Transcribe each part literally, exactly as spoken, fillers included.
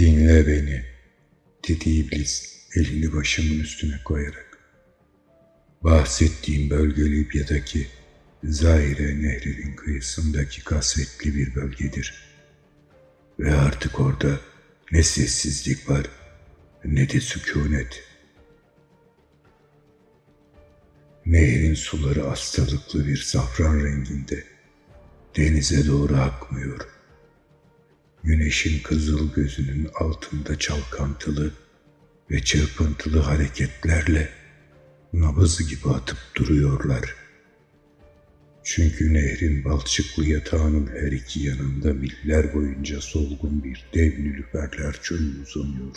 "Dinle beni," dedi iblis elini başımın üstüne koyarak. "Bahsettiğim bölge Libya'daki Zaire Nehri'nin kıyısındaki kasvetli bir bölgedir. Ve artık orada ne sessizlik var ne de sükunet. Nehrin suları hastalıklı bir safran renginde denize doğru akmıyor. Güneşin kızıl gözünün altında çalkantılı ve çırpıntılı hareketlerle nabız gibi atıp duruyorlar. Çünkü nehrin balçıklı yatağının her iki yanında miller boyunca solgun bir dev nilüferler çölü uzanıyor.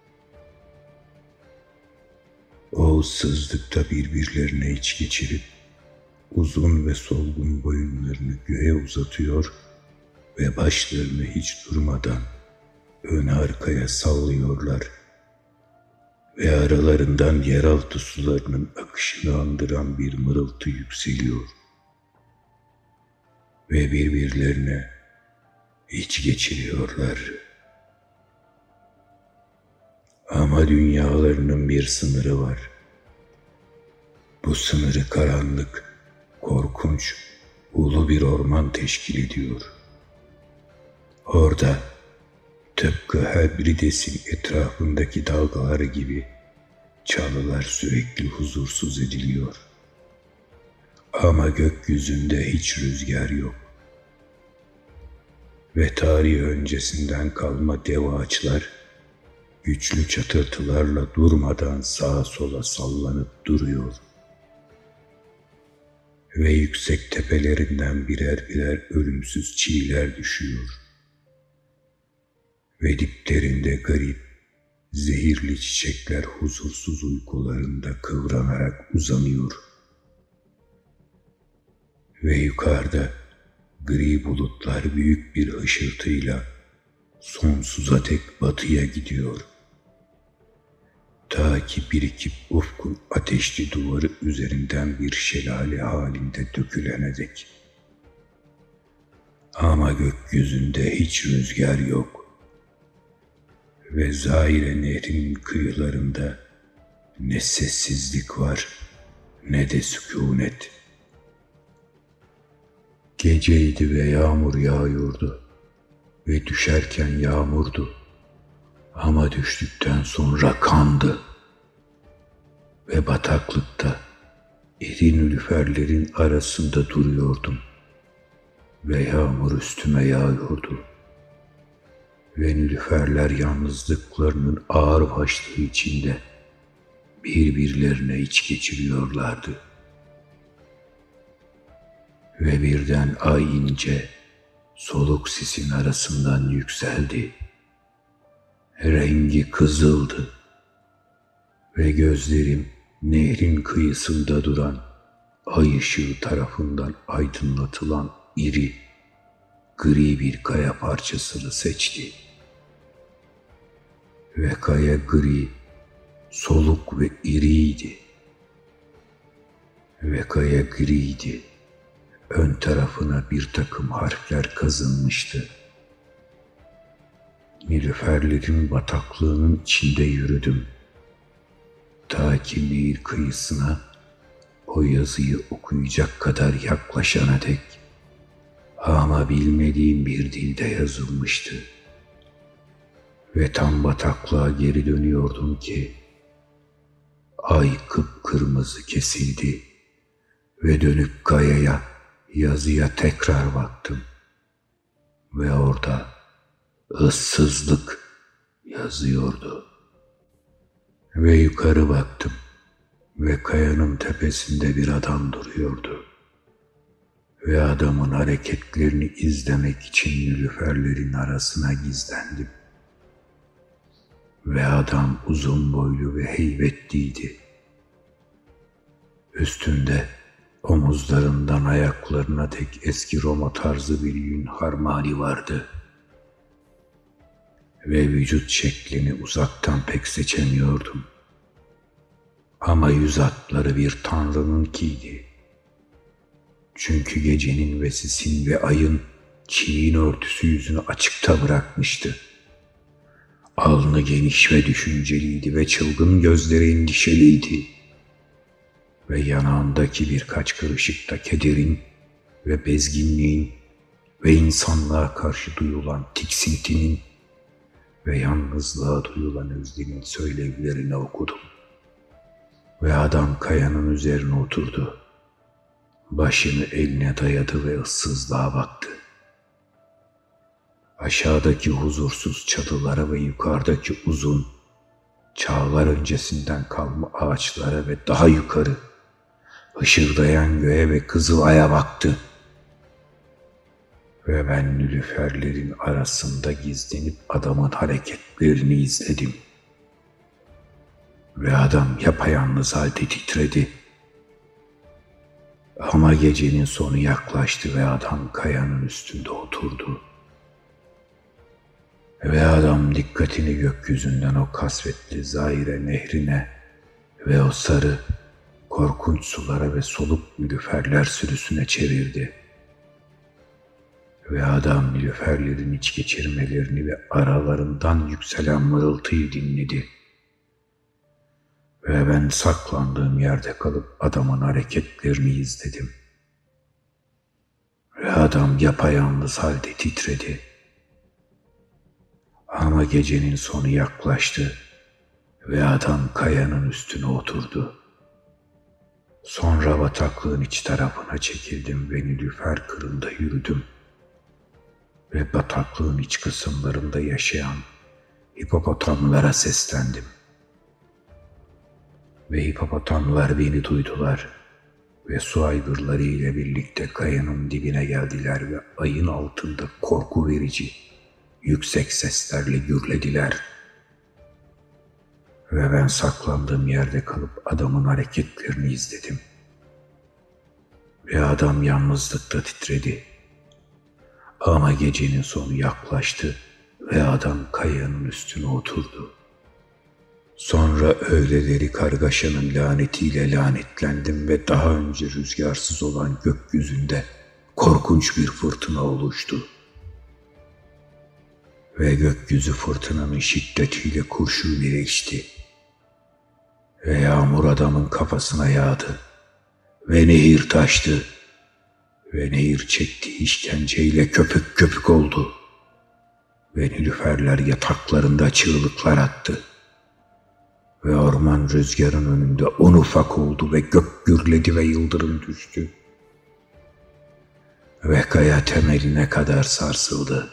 O ıssızlıkta birbirlerine iç geçirip uzun ve solgun boyunlarını göğe uzatıyor ve başlarını hiç durmadan ön arkaya sallıyorlar ve aralarından yeraltı sularının akışını andıran bir mırıltı yükseliyor ve birbirlerine iç geçiriyorlar. Ama dünyalarının bir sınırı var. Bu sınırı karanlık, korkunç, ulu bir orman teşkil ediyor. Orada, tıpkı Hebrides'in etrafındaki dalgaları gibi çalılar sürekli huzursuz ediliyor. Ama gökyüzünde hiç rüzgar yok. Ve tarih öncesinden kalma dev ağaçlar, güçlü çatırtılarla durmadan sağa sola sallanıp duruyor. Ve yüksek tepelerinden birer birer ölümsüz çiğler düşüyor. Ve diplerinde garip, zehirli çiçekler huzursuz uykularında kıvranarak uzanıyor. Ve yukarıda gri bulutlar büyük bir hışırtıyla sonsuza dek batıya gidiyor. Ta ki birikip ufkun ateşli duvarı üzerinden bir şelale halinde dökülene dek. Ama gökyüzünde hiç rüzgar yok. Ve Zaire Nehri'nin kıyılarında ne sessizlik var ne de sükunet. Geceydi ve yağmur yağıyordu ve düşerken yağmurdu ama düştükten sonra kandı. Ve bataklıkta iri nilüferlerin arasında duruyordum ve yağmur üstüme yağıyordu. Ve nilüferler yalnızlıklarının ağır başlığı içinde birbirlerine iç geçiriyorlardı. Ve birden ay ince, soluk sisin arasından yükseldi. Rengi kızıldı ve gözlerim nehrin kıyısında duran ay ışığı tarafından aydınlatılan iri, gri bir kaya parçasını seçti. Ve kaya gri, soluk ve iriydi. Ve kaya griydi. Ön tarafına bir takım harfler kazınmıştı. Nilüferlerin bataklığının içinde yürüdüm. Ta ki nehir kıyısına o yazıyı okuyacak kadar yaklaşana dek. Ama bilmediğim bir dilde yazılmıştı. Ve tam bataklığa geri dönüyordum ki ay kıpkırmızı kesildi ve dönüp kayaya, yazıya tekrar baktım. Ve orada ıssızlık yazıyordu. Ve yukarı baktım ve kayanın tepesinde bir adam duruyordu. Ve adamın hareketlerini izlemek için nilüferlerin arasına gizlendim. Ve adam uzun boylu ve heybetliydi. Üstünde omuzlarından ayaklarına dek eski Roma tarzı bir yün harmani vardı. Ve vücut şeklini uzaktan pek seçemiyordum. Ama yüz hatları bir tanrınınkiydi. Çünkü gecenin ve sisin ve ayın çiğin örtüsü yüzünü açıkta bırakmıştı. Alnı geniş ve düşünceliydi ve çılgın gözleri endişeliydi. Ve yanağındaki birkaç kırışıkta kederin ve bezginliğin ve insanlığa karşı duyulan tiksintinin ve yalnızlığa duyulan özlemin söylevlerini okudum. Ve adam kayanın üzerine oturdu. Başını eline dayadı ve ıssızlığa baktı. Aşağıdaki huzursuz çalılara ve yukarıdaki uzun, çağlar öncesinden kalma ağaçlara ve daha yukarı, hışırdayan göğe ve kızılay'a baktı. Ve ben nilüferlerin arasında gizlenip adamın hareketlerini izledim. Ve adam yapayalnız halde titredi. Ama gecenin sonu yaklaştı ve adam kayanın üstünde oturdu. Ve adam dikkatini gökyüzünden o kasvetli Zaire nehrine ve o sarı, korkunç sulara ve soluk nilüferler sürüsüne çevirdi. Ve adam nilüferlerin iç geçirmelerini ve aralarından yükselen mırıltıyı dinledi. Ve ben saklandığım yerde kalıp adamın hareketlerini izledim. Ve adam yapayalnız halde titredi. Ama gecenin sonu yaklaştı ve adam kayanın üstüne oturdu. Sonra bataklığın iç tarafına çekildim ve nilüfer kırında yürüdüm. Ve bataklığın iç kısımlarında yaşayan hipopotamlara seslendim. Ve hipopotamlar beni duydular ve su aygırları ile birlikte kayanın dibine geldiler ve ayın altında korku verici, yüksek seslerle gürlediler. Ve ben saklandığım yerde kalıp adamın hareketlerini izledim. Ve adam yalnızlıkta titredi. Ama gecenin sonu yaklaştı ve adam kayanın üstüne oturdu. Sonra öğleleri kargaşanın lanetiyle lanetlendim ve daha önce rüzgarsız olan gökyüzünde korkunç bir fırtına oluştu. Ve gökyüzü fırtınanın şiddetiyle kurşun içti. Ve yağmur adamın kafasına yağdı. Ve nehir taştı. Ve nehir çektiği işkenceyle köpük köpük oldu. Ve nilüferler yataklarında çığlıklar attı. Ve orman rüzgarın önünde un ufak oldu ve gök gürledi ve yıldırım düştü. Ve kaya temeline kadar sarsıldı.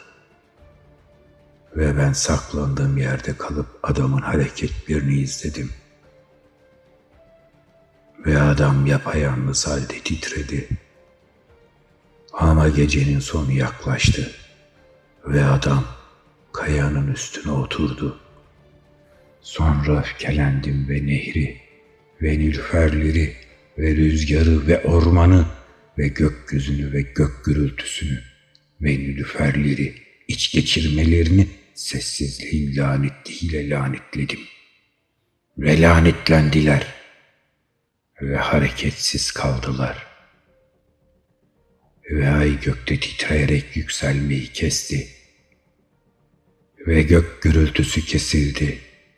Ve ben saklandığım yerde kalıp adamın hareketlerini izledim. Ve adam yapayalnız halde titredi. Ama gecenin sonu yaklaştı ve adam kayanın üstüne oturdu. Sonra öfkelendim ve nehri ve nilüferleri ve rüzgarı ve ormanı ve gökyüzünü ve gök gürültüsünü ve nilüferleri, iç geçirmelerini sessizliğin lanetliğiyle lanetledim. Ve lanetlendiler ve hareketsiz kaldılar. Ve ay gökte titreyerek yükselmeyi kesti. Ve gök gürültüsü kesildi.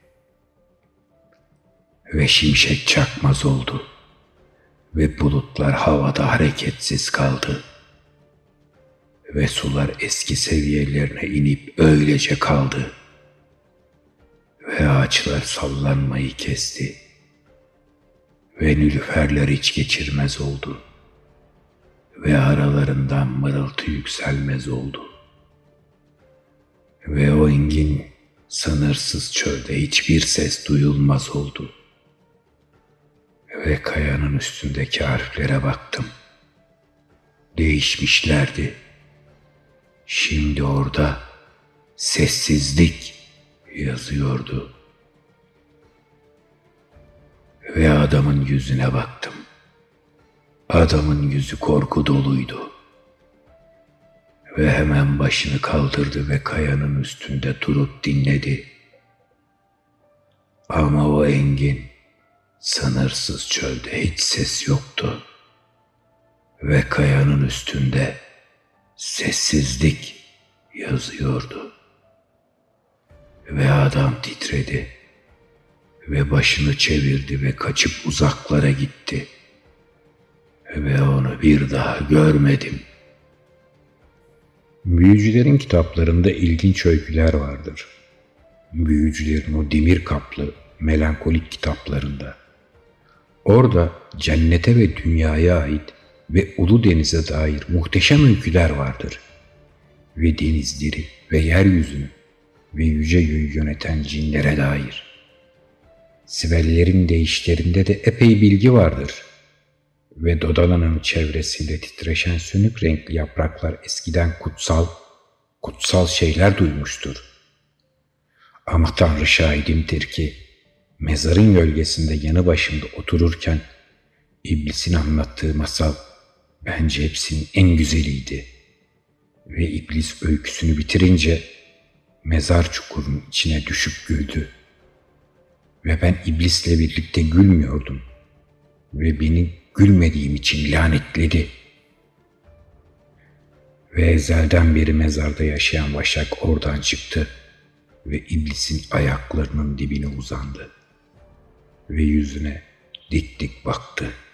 Ve şimşek çakmaz oldu. Ve bulutlar havada hareketsiz kaldı. Ve sular eski seviyelerine inip öylece kaldı. Ve ağaçlar sallanmayı kesti. Ve nilüferler hiç geçirmez oldu. Ve aralarından mırıltı yükselmez oldu. Ve o engin, sınırsız çölde hiçbir ses duyulmaz oldu. Ve kayanın üstündeki harflere baktım. Değişmişlerdi. Şimdi orada sessizlik yazıyordu. Ve adamın yüzüne baktım. Adamın yüzü korku doluydu. Ve hemen başını kaldırdı ve kayanın üstünde durup dinledi. Ama o engin, sınırsız çölde hiç ses yoktu. Ve kayanın üstünde sessizlik yazıyordu. Ve adam titredi ve başını çevirdi ve kaçıp uzaklara gitti. Ve onu bir daha görmedim. Büyücülerin kitaplarında ilginç öyküler vardır. Büyücülerin o demir kaplı, melankolik kitaplarında. Orada cennete ve dünyaya ait ve ulu denize dair muhteşem öyküler vardır. Ve denizleri ve yeryüzünü ve yüce göğü yöneten cinlere dair. Sibellerin deyişlerinde de epey bilgi vardır. Ve Dodala'nın çevresinde titreşen sönük renkli yapraklar eskiden kutsal, kutsal şeyler duymuştur. Ama Tanrı şahidimdir ki, mezarın gölgesinde yanı başımda otururken, İblisin anlattığı masal bence hepsinin en güzeliydi. Ve iblis öyküsünü bitirince, mezar çukurunun içine düşüp güldü. Ve ben iblisle birlikte gülmüyordum. Ve beni gülmediğim için lanetledi. Ve ezelden beri mezarda yaşayan Vaşak oradan çıktı ve iblisin ayaklarının dibine uzandı. Ve yüzüne dik dik baktı.